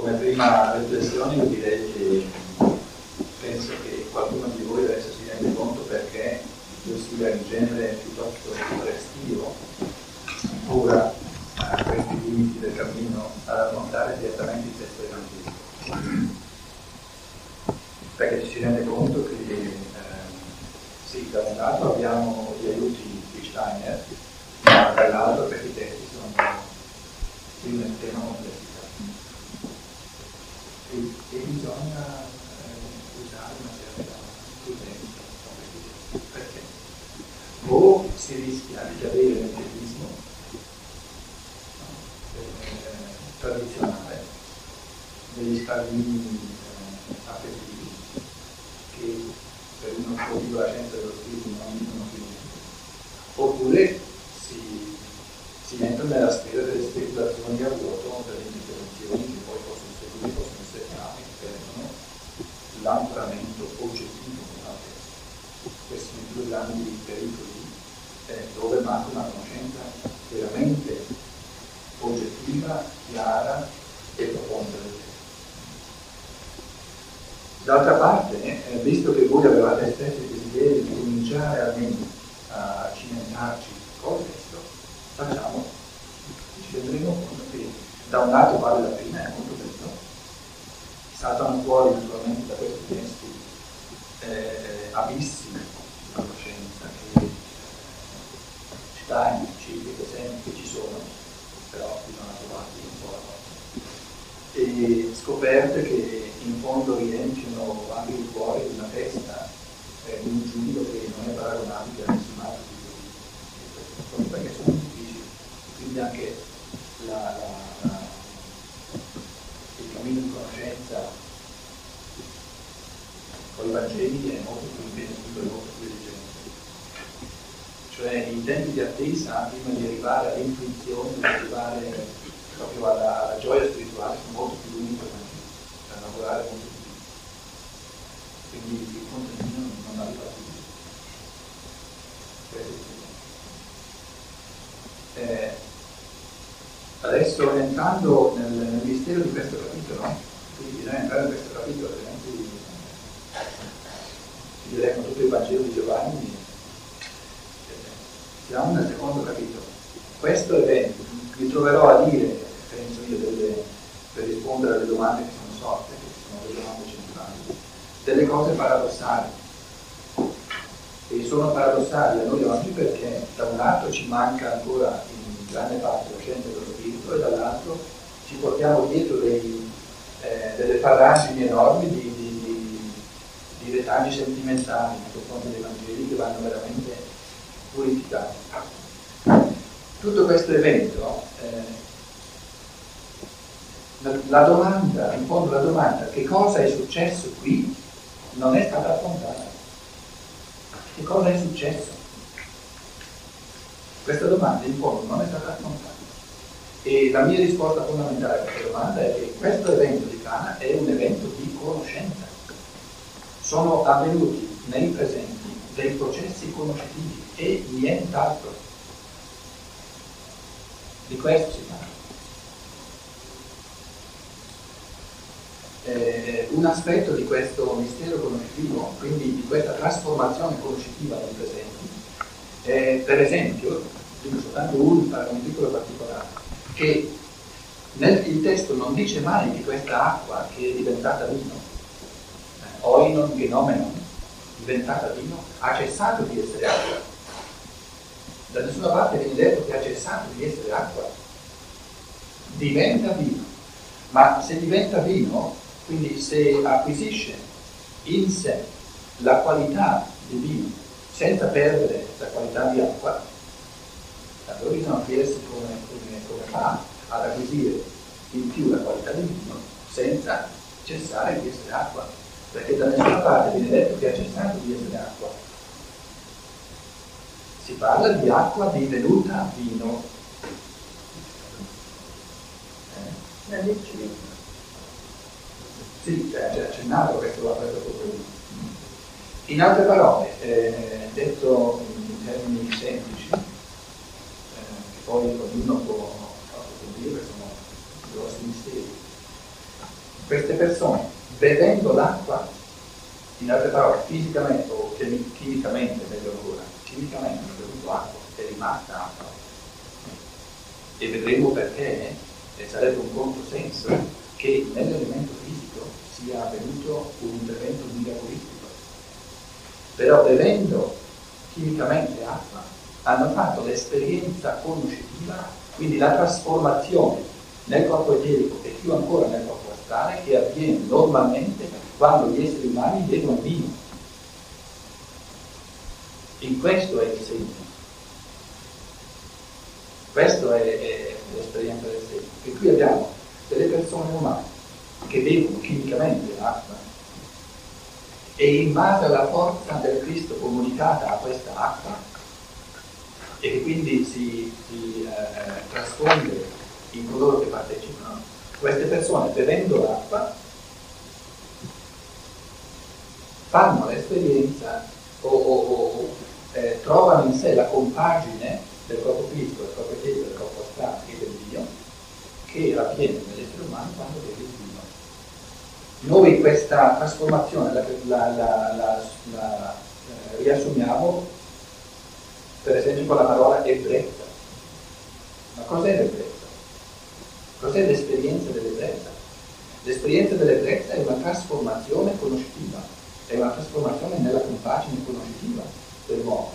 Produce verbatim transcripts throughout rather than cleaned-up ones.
come prima riflessione io direi che penso che qualcuno di voi adesso si rende conto perché io sia in genere piuttosto restivo ancora a questi limiti del cammino ad affrontare direttamente il testo evangelico, perché ci si rende conto che eh, sì, da un lato abbiamo gli aiuti di Steiner, ma dall'altro questi testi sono di un'estrema complessità e, e bisogna eh, usare una certa prudenza con questi testi, perché o si rischia di cadere nel tedismo no, eh, tradizionale degli scardini eh, affettivi che per uno motivo la scienza dello spirito non dicono più niente, oppure si, si entra nella sfera delle speculazioni a vuoto, delle interpretazioni che poi possono seguire, possono essere chiave, che perdono l'ancoramento oggettivo al testo. Questi sono i due grandi pericoli eh, dove manca una conoscenza veramente oggettiva, chiara e profonda del testo. D'altra parte, eh, visto che voi avevate stesso il desiderio di cominciare almeno a cimentarci col testo, facciamo, ci renderemo conto che da un lato vale la pena, è molto bello, saltano fuori naturalmente da questi testi eh, abissi di conoscenza che eh, Stein ci dice sempre che ci sono, però bisogna trovarli un po' a e scoperte che in fondo riempiono anche il cuore di una testa eh, di un giudico che non è paragonabile a nessun altro di questi, perché sono difficili, quindi anche la, la, la, il cammino di conoscenza con i Vangeli è molto più impegnativo e molto più esigente, cioè in tempi di attesa prima di arrivare all'intuizione, di arrivare proprio alla, alla gioia spirituale sono molto più lunghi per lavorare molto più, quindi il contadino non arriva più. Eh, adesso entrando nel, nel mistero di questo capitolo, quindi bisogna entrare in questo capitolo, altrimenti si leggono tutto il Vangelo di Giovanni. Siamo nel secondo capitolo. Questo evento mi troverò a dire, penso io, delle, per rispondere alle domande che sono sorte, che sono le domande centrali, delle cose paradossali. E sono paradossali a noi oggi perché da un lato ci manca ancora in grande parte la scienza dello spirito e dall'altro ci portiamo dietro dei, eh, delle farragini enormi di, di, di, di retaggi sentimentali nei confronti dei Vangeli che vanno veramente purificati. Tutto questo evento, eh, la, la domanda, in fondo la domanda che cosa è successo qui non è stata affrontata. Che cosa è successo? Questa domanda in fondo non è stata affrontata. E la mia risposta fondamentale a questa domanda è che questo evento di Cana è un evento di conoscenza. Sono avvenuti nei presenti dei processi conoscitivi e nient'altro. Di questo si parla. Eh, un aspetto di questo mistero conoscitivo, quindi di questa trasformazione conoscitiva nei presenti, è, per esempio, dico soltanto un, un piccolo particolare, che nel, il testo non dice mai che questa acqua che è diventata vino, eh, oinon genomenon, diventata vino, ha cessato di essere acqua. Da nessuna parte viene detto che ha cessato di essere acqua, diventa vino, ma se diventa vino, quindi se acquisisce in sé la qualità di vino senza perdere la qualità di acqua, allora bisogna chiedersi come, come, come fa ad acquisire in più la qualità di vino senza cessare di essere acqua, perché da nessuna parte viene detto che ha cessato di essere acqua. Si parla di acqua divenuta vino. Eh? Sì, c'è accennato questo, questo problema. In altre parole, eh, detto in termini semplici, eh, che poi ognuno può approfondire, sono grossi misteri. queste persone, bevendo l'acqua, in altre parole, fisicamente o chimi- chimicamente, meglio ancora, chimicamente hanno bevuto acqua, è rimasta acqua. E vedremo perché, e sarebbe un controsenso, che nell'elemento fisico sia avvenuto un intervento miracolistico. Però bevendo chimicamente acqua, hanno fatto l'esperienza conoscitiva, quindi la trasformazione nel corpo eterico e più ancora nel corpo astrale, che avviene normalmente quando gli esseri umani bevono vino. In questo è il segno. Questa è, è l'esperienza del segno. E qui abbiamo delle persone umane che bevono chimicamente l'acqua e in base alla forza del Cristo comunicata a questa acqua e che quindi si, si eh, trasfonde in coloro che partecipano, queste persone bevendo l'acqua fanno l'esperienza o, o, o eh, trovano in sé la compagine del corpo fisico, del corpo eterico, del corpo astrale e del Dio che avviene nell'essere umano quando vede il Dio. Noi questa trasformazione la, la, la, la, la eh, riassumiamo per esempio con la parola ebbrezza. Ma cos'è l'ebbrezza? Cos'è l'esperienza dell'ebbrezza? L'esperienza dell'ebbrezza è una trasformazione conoscitiva, è una trasformazione nella compagine conoscitiva dell'uomo.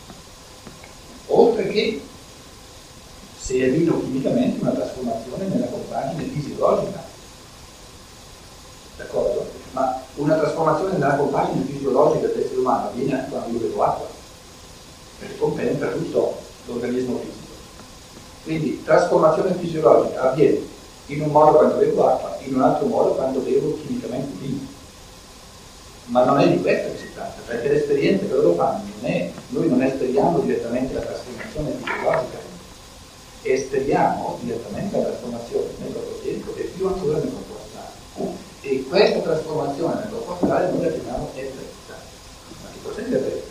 Oltre che, se è vino chimicamente, una trasformazione nella compagine fisiologica. D'accordo? Ma una trasformazione nella compagine fisiologica dell'essere umano avviene anche quando io bevo acqua, perché compenetra tutto l'organismo fisico. Quindi trasformazione fisiologica avviene in un modo quando bevo acqua, in un altro modo quando bevo chimicamente vino. Ma non è di questo che si tratta, perché l'esperienza che loro fanno non è, noi non esperiamo direttamente la trasformazione fisiologica, esperiamo direttamente la trasformazione nel corpo eterico e più ancora nel corpo astrale. E questa trasformazione nel corpo astrale noi la chiamiamo ebbrezza. Ma che cos'è l'ebbrezza?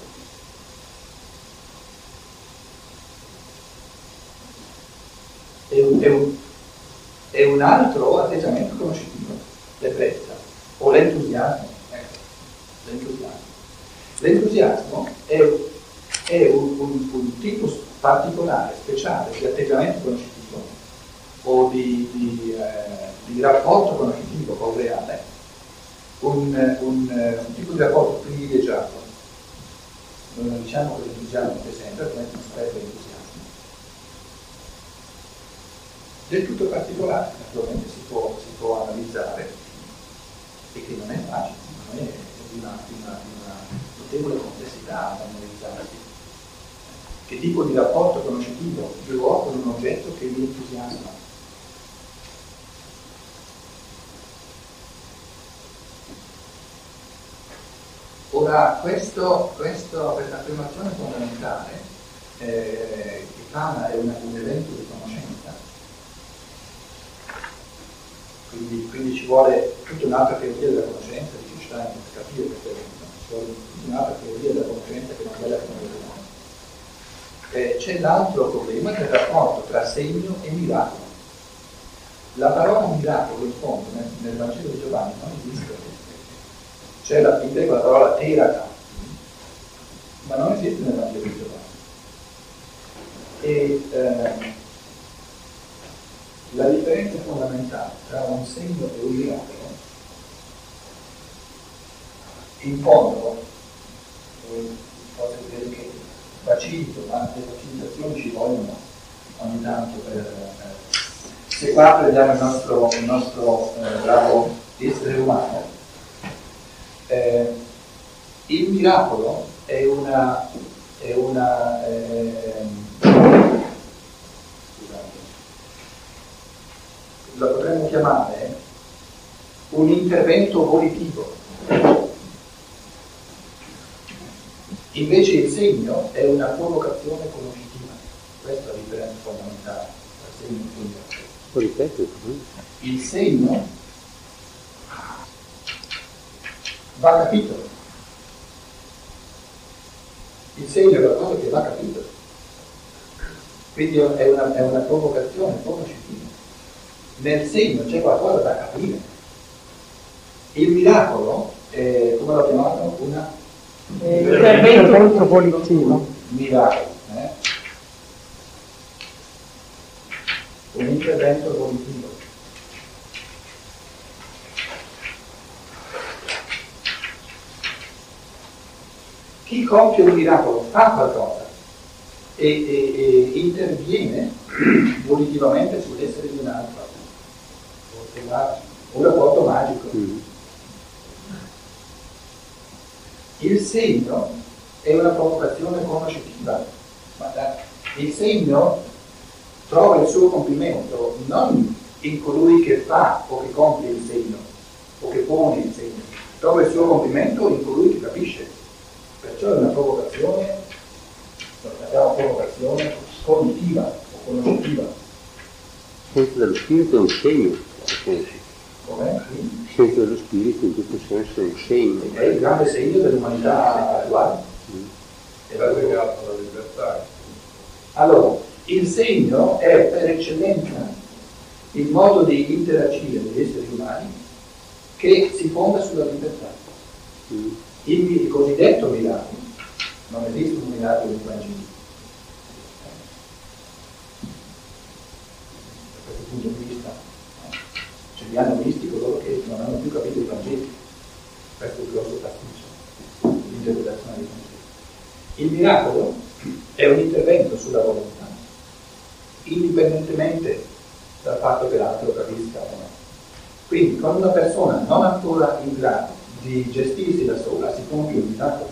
È un, è, un, è un altro atteggiamento conoscitivo, l'ebbrezza, o l'entusiasmo. Ecco, l'entusiasmo. L'entusiasmo è, è un, un, un tipo particolare, speciale di atteggiamento conoscitivo o di, di, eh, di rapporto conoscitivo con il reale, un, un, un tipo di rapporto privilegiato. Noi non diciamo che l'entusiasmo è sempre, come non sarebbe entusiasmo. Del tutto particolare, naturalmente si può, si può analizzare e che non è facile, non è di una, di una, di una notevole complessità ad analizzarsi. Che tipo di rapporto conoscitivo io ho con un oggetto che mi entusiasma? Ora, questo, questo, questa affermazione fondamentale, eh, che Kana è una, un evento di conoscenza, Quindi, quindi ci vuole tutta un'altra teoria della conoscenza, dice Stein, per capire questo evento, ci vuole tutta un'altra teoria della conoscenza che non è quella che noi vediamo. Eh, c'è l'altro problema che è il rapporto tra segno e miracolo. La parola miracolo in fondo nel, nel Vangelo di Giovanni non esiste. C'è la, in greco la parola teraka, ma non esiste nel Vangelo di Giovanni. E, eh, la differenza fondamentale tra un segno e un miracolo, in fondo, posso dire che facilito, ma le facilitazioni ci vogliono ogni tanto per... Eh, se qua prendiamo il nostro, il nostro eh, bravo essere umano, eh, il miracolo è una... È una eh, la potremmo chiamare un intervento volitivo. Invece il segno è una provocazione conoscitiva. Questa è la differenza fondamentale tra segno e miracolo. Il segno va capito. Il segno è qualcosa che va capito. Quindi è una, è una provocazione conoscitiva. Nel segno c'è qualcosa da capire, Il miracolo, è, come l'ho chiamato? Una eh, intervento volitivo. Miracolo, eh? Un intervento volitivo. Chi compie un miracolo fa qualcosa e, e, e interviene volitivamente sull'essere di un altro, un rapporto magico. Mm. Il segno è una provocazione conoscitiva, ma il segno trova il suo compimento non in colui che fa o che compie il segno o che pone il segno, trova il suo compimento in colui che capisce. Perciò è una provocazione, la chiamiamo provocazione cognitiva o conoscitiva. Il senso dello spirito è un segno, Com'è? Il senso dello spirito in tutto senso è un segno. È il grande segno dell'umanità attuale. Mm. È legato alla libertà. Allora, il segno è per eccellenza il modo di interagire degli esseri umani che si fonda sulla libertà. Mm. Il, il cosiddetto miracolo, non esiste un miracolo in Vangelo. Da questo punto di vista, no? Cioè li hanno visti coloro che non hanno più capito i Vangeli. Questo è il grosso pasticcio, l'interpretazione dei Vangeli. Il miracolo è un intervento sulla volontà, indipendentemente dal fatto che l'altro capisca o no. Quindi, quando una persona non ancora in grado di gestirsi da sola, si compie un miracolo.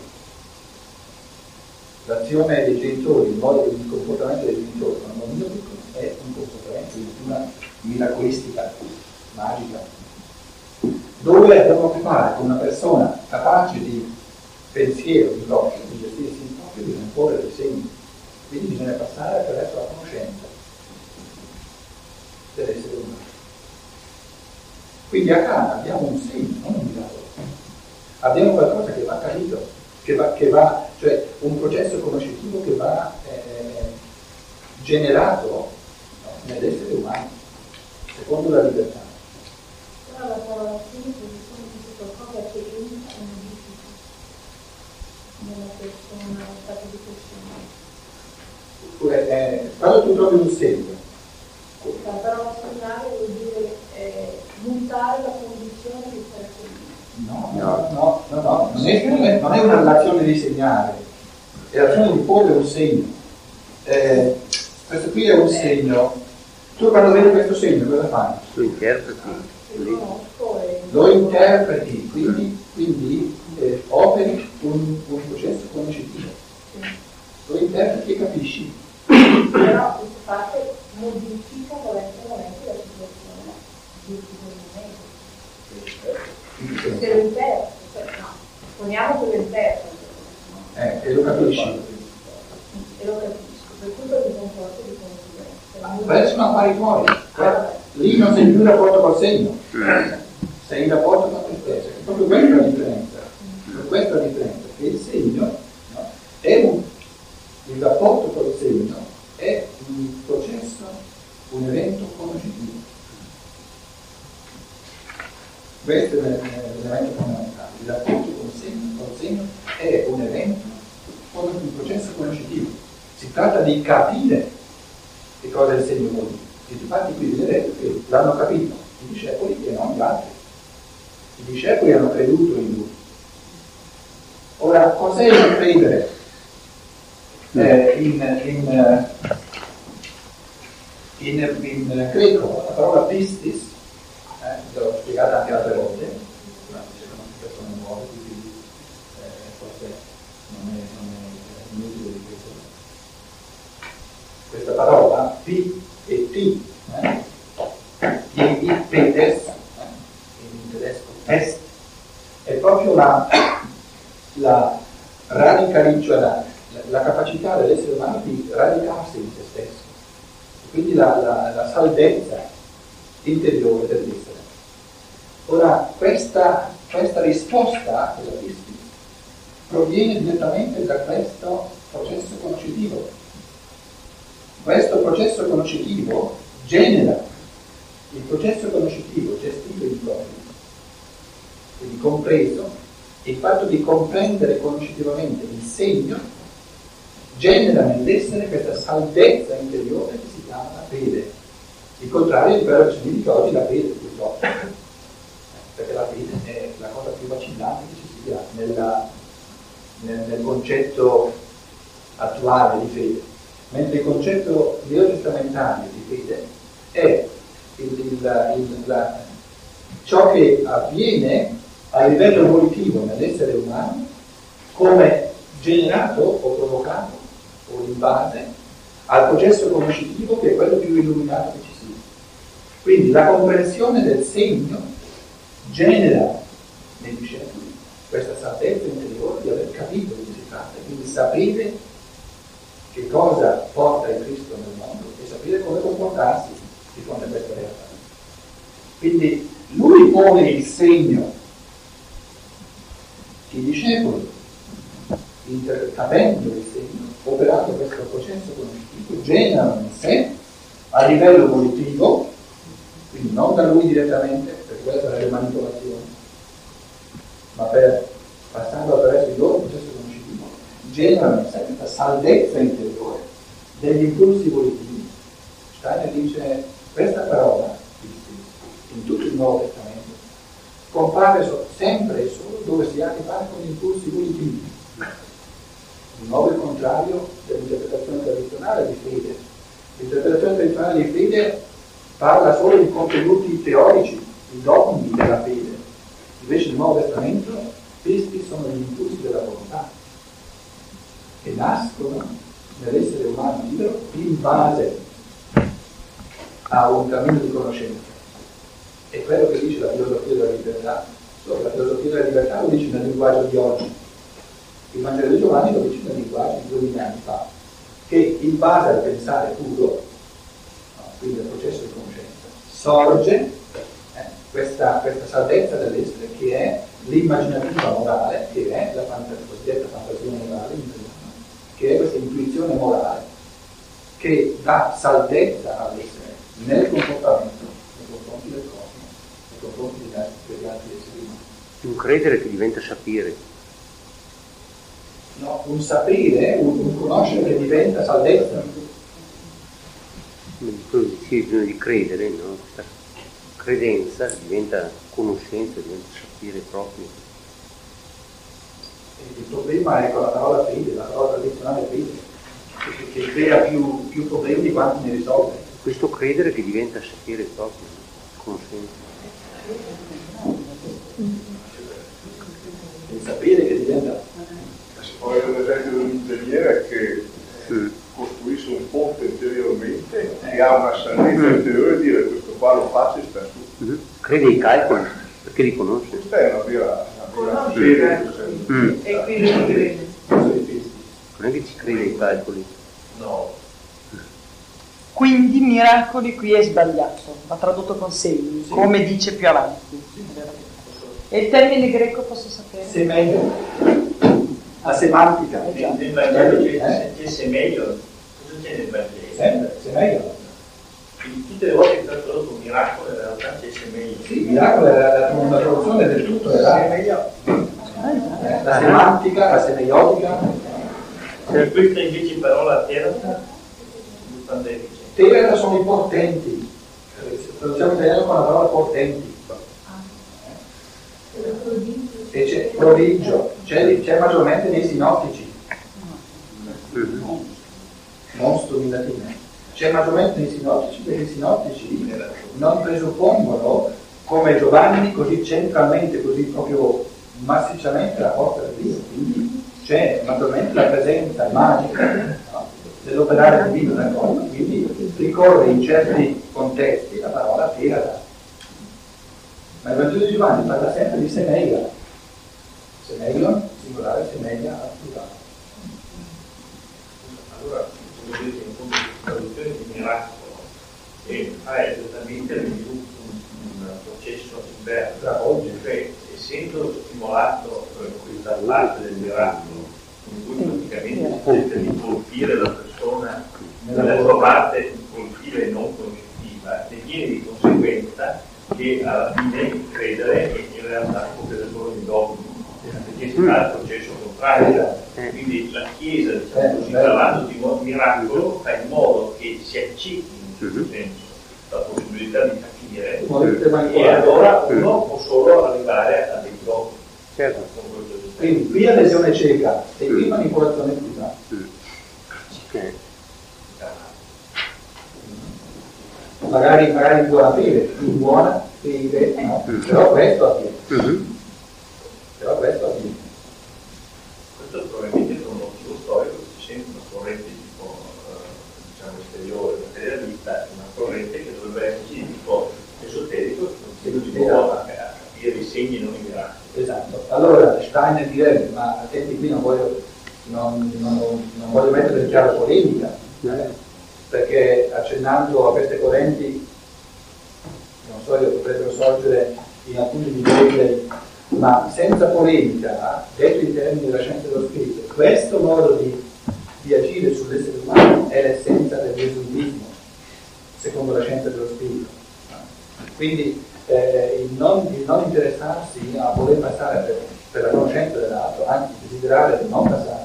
L'azione dei genitori, il modo di comportamento dei genitori con un bambino piccolo è un comportamento di natura miracolistica, magica, dove abbiamo a che fare con una persona capace di pensiero, di logica, di gestirsi in proprio, di non porre dei segni. Quindi bisogna passare attraverso la conoscenza dell'essere umano. Quindi a Cana abbiamo un segno, non un miracolo. Abbiamo qualcosa che va capito, che va, che va, cioè un processo conoscitivo che va eh, generato, no, nell'essere umano, secondo la libertà. Però la parola segno è qualcosa che entra e modifica nella persona, nello stato di persona. Eh, quando tu trovi un segno, la parola segnare vuol dire eh, mutare la condizione di essere felice. No, no, no, no, no. Non, è, non, è, non è una relazione di segnare, è l'azione di porre un segno. Eh, questo qui è un segno. Tu quando vedi questo segno cosa fai? Lo interpreti. Lo interpreti, quindi, quindi eh, operi un, un processo conoscitivo. Lo interpreti e capisci. Però questa parte modifica volontariamente la situazione di riferimento. Se lo interpreti, cioè, no, poniamo che lo interpreti. Eh, e lo capisci. E lo capisco, per cui mi comporto di conseguenza. Questi sono affari tuoi. Lì non sei più in rapporto col segno, sei in rapporto con te stesso. È proprio questa la differenza. Per questa la differenza, che il segno, no, è un, il rapporto col segno è un processo, un evento conoscitivo. Questo è l'elemento fondamentale. Il rapporto col segno, col segno è un evento, un processo conoscitivo. Si tratta di capire che cosa è il segno vuol dire. E infatti qui vedete che l'hanno capito i discepoli e non gli altri. I discepoli hanno creduto in lui. Ora, cos'è il credere? Eh, in, in, in, in greco la parola pistis, eh, l'ho spiegata anche altre volte, ma ci sono persone nuove, quindi eh, forse non è, non è inutile di questo. Questa parola, pi e ti, eh, il, il petes, eh, in tedesco est, è proprio la, la radicalità, cioè la, la capacità dell'essere umano di radicarsi in se stesso, quindi la, la, la salvezza interiore dell'essere. Ora, questa, questa risposta della Cristi proviene direttamente da questo processo conoscitivo. Questo processo conoscitivo genera il processo conoscitivo gestito in proprio, compreso, il fatto di comprendere conoscitivamente il segno genera nell'essere questa salvezza interiore che si chiama la fede. Il contrario di quello che si dice oggi la fede, purtroppo. Perché la fede è la cosa più vacillante che ci sia nella, nel, nel concetto attuale di fede. Mentre il concetto neotestamentario di fede è il, il, il, la, ciò che avviene a livello evolutivo nell'essere umano come generato o provocato o in base al processo conoscitivo che è quello più illuminato che ci sia. Quindi la comprensione del segno genera nei discepoli questa salvezza interiore di aver capito di che si tratta, quindi sapere che cosa porta il Cristo nel mondo e sapere come comportarsi di fronte a questa realtà. Quindi lui pone il segno, i discepoli, capendo il segno, operando questo processo conoscitivo, generano in sé a livello evolutivo, quindi non da lui direttamente, perché questa è la manipolazione, ma per, passando attraverso il loro processo conoscitivo, generano in sé questa salvezza interiore degli impulsi volitivi. Steiner dice questa parola in tutto il Nuovo Testamento compare so, sempre e solo dove si ha a che fare con gli impulsi volitivi. Di nuovo il contrario dell'interpretazione tradizionale di fede. L'interpretazione tradizionale di fede parla solo di contenuti teorici, i dogmi della fede. Invece il Nuovo Testamento, questi sono gli impulsi della volontà che nascono nell'essere umano libero in base a un cammino di conoscenza. È quello che dice la filosofia della libertà. Solo la filosofia della libertà lo dice nel linguaggio di oggi. Il Vangelo di Giovanni lo dice nel linguaggio di duemila anni fa, che in base al pensare puro, no, quindi al processo di conoscenza, sorge eh, questa, questa salvezza dell'essere che è l'immaginativa morale, che è la fantasia, cosiddetta fantasia morale, che è questa intuizione morale che dà salvezza all'essere nel comportamento nei confronti del cosmo, nei confronti degli altri, degli altri esseri umani. Un credere che diventa sapere. No, un sapere, un, un conoscere che diventa salvezza. Sì, bisogna di credere, no? Questa credenza diventa conoscenza, diventa sapere proprio. E il problema è con la parola fede, la parola tradizionale fede, che, che crea più, più problemi di quanti ne risolve. Questo credere che diventa sapere proprio, conoscenza. Il sapere che diventa... Poi l'esempio dell'ingegnere che Mm. costruisce un ponte interiormente e ha una salvezza interiore e dire questo qua lo faccio e sta su. Mm. Crede ai calcoli, perché li conosce. Questa è una vera, una vera Conosce, fede. Mm. E quindi ci crede. Non è che ci crede ai calcoli. No. Quindi miracoli qui è sbagliato, va tradotto con segni, come dice più avanti. E il termine greco posso sapere? Se meglio, la semantica. Eh già. Nel Vangelo Eh? c'è, c'è se meglio, cosa c'è nel Vangelo? Sempre, se meglio. Quindi tutte le volte che sta tradotto un miracolo in realtà c'è se meglio. Sì, il miracolo è la, la, una traduzione del tutto, è la, eh, la semantica, la semeiotica. E questa invece parola terza, quando dice? Terra sono i portenti. Traduciamo in italiano con la parola portenti. E c'è prodigio, c'è, c'è maggiormente nei sinottici, mostro in latino, c'è maggiormente nei sinottici perché i sinottici non presuppongono come Giovanni così centralmente, così proprio massicciamente la porta di Dio, quindi c'è maggiormente la presenza magica, no, dell'operare divino nel mondo, quindi ricorre in certi contesti la parola terra. Ma il Vangelo di Giovanni parla sempre di semeia, semeia singolare, semeia al plurale. Allora, come dire, in fondo, la traduzione di miracolo e fa esattamente un, un processo inverso, Travolge. cioè essendo stimolato eh, questa parte del miracolo, in cui praticamente si cerca di colpire la persona nella sua parte colpire e non conoscitiva, e viene di conseguenza che che alla fine credere e in realtà si può credere solo in dogmi, perché si fa il processo contrario. Quindi la Chiesa, diciamo così, parlando di miracolo, fa in modo che si accetti in questo senso la possibilità di capire, e allora uno può solo arrivare a dei dogmi. Certo. Quindi qui adesione cieca e qui manipolazione priva. Okay. Magari, magari in buona fede, in buona fede, no? Però questo avviene. Mm-hmm. Però questo avviene. Questo probabilmente per un motivo storico si sente una corrente tipo eh, diciamo esteriore, materialista, una corrente che dovrebbe esserci di tipo esoterico, che non si può a capire i segni non i miracoli. Esatto. Allora Steiner direbbe, ma attenti qui non voglio, non, non, non voglio mettere in chiaro polemica, eh, perché accennando a queste correnti, non so, io potrebbero sorgere in alcuni livelli, ma senza polemica, detto in termini della scienza dello spirito, questo modo di, di agire sull'essere umano è l'essenza del gesuitismo, secondo la scienza dello spirito. Quindi eh, il, non, il non interessarsi a voler passare per, per la conoscenza dell'altro, anzi desiderare di non passarci,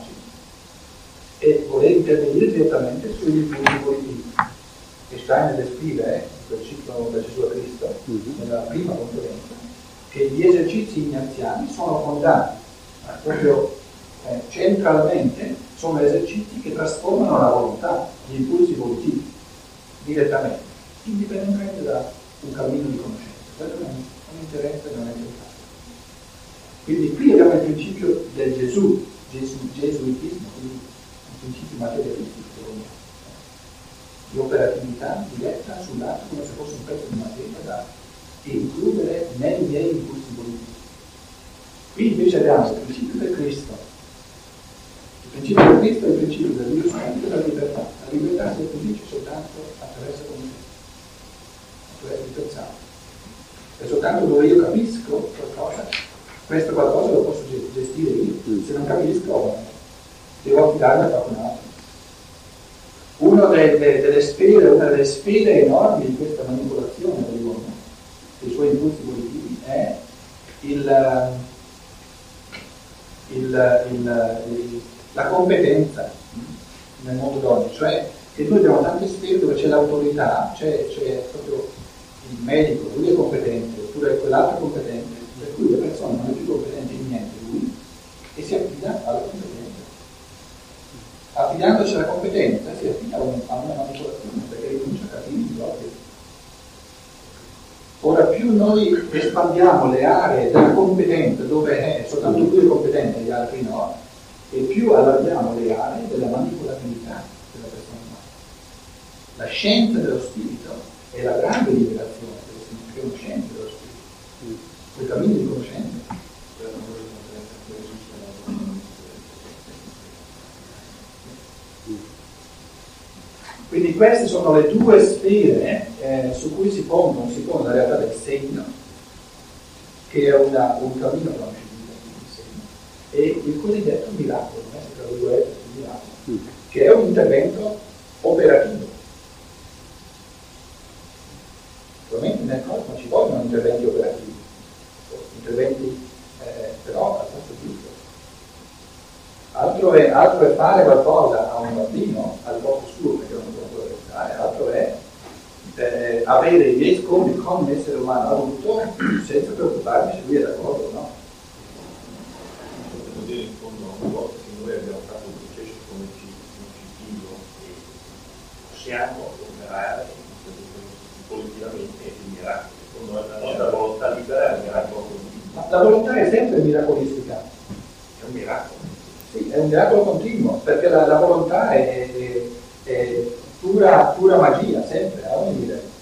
e voler intervenire direttamente sugli impulsi positivi. E Steiner descrive, eh, quel ciclo da Gesù a Cristo, mm-hmm. nella prima conferenza, che gli esercizi ignaziani sono fondati, eh, proprio eh, centralmente, sono esercizi che trasformano la volontà, gli impulsi positivi, direttamente, indipendentemente da un cammino di conoscenza. Questo non, non interessa e non è importante. Quindi qui abbiamo il principio del Gesù, Gesù gesuitismo, quindi un principio materialistico, secondo me, di operatività diretta sull'atto come se fosse un pezzo di materia da includere nei miei impulsi politici. Qui invece abbiamo il principio del Cristo. Il principio del Cristo è il principio del Dio Santo della libertà. La libertà si acquisisce soltanto attraverso la conoscenza, attraverso il pensare. E soltanto dove io capisco qualcosa, questo qualcosa lo posso gestire io. Se non capisco, devo affidarmi a qualcun altro. Una delle, delle sfere, una delle sfere enormi di questa manipolazione dell'uomo, dei suoi impulsi positivi, è il, il, il, il, la competenza nel mondo d'oggi, cioè che noi abbiamo tante sfere dove c'è l'autorità, c'è, c'è proprio il medico, lui è competente, oppure quell'altro competente, per cui la persona non è più competente in niente lui e si affida alla competenza. Affidandosi alla competenza si affida a una manipolazione, perché ricomincia a capire proprio. Ora più noi espandiamo le aree della competenza dove è soltanto lui è competente e gli altri no, e più allarghiamo le aree della manipolabilità della persona umana. La scienza dello spirito è la grande liberazione, che è una scienza dello spirito, quel cammino di conoscenza. Quindi queste sono le due sfere eh, su cui si pongono, si pone la realtà del segno, che è una, un cammino conoscitivo, e il cosiddetto miracolo, eh, tra virgolette, il miracolo, che è un intervento operativo. Ovviamente nel cosmo ci vogliono interventi operativi, interventi eh, però al posto giusto. Altro è, altro è fare qualcosa a un bambino al posto suo, perché non può pensare, altro è eh, avere i miei scopi con un essere umano adulto senza preoccuparmi se lui è d'accordo o no. Potremmo dire in fondo una volta che noi abbiamo fatto un processo conoscitivo e possiamo operare positivamente il miracolo. Secondo la nostra volontà libera è un miracolo continuo. Ma la volontà è sempre miracolistica. È un miracolo. Sì, è un miracolo continuo, perché la, la volontà è, è, è pura, pura magia, sempre, a ogni livello.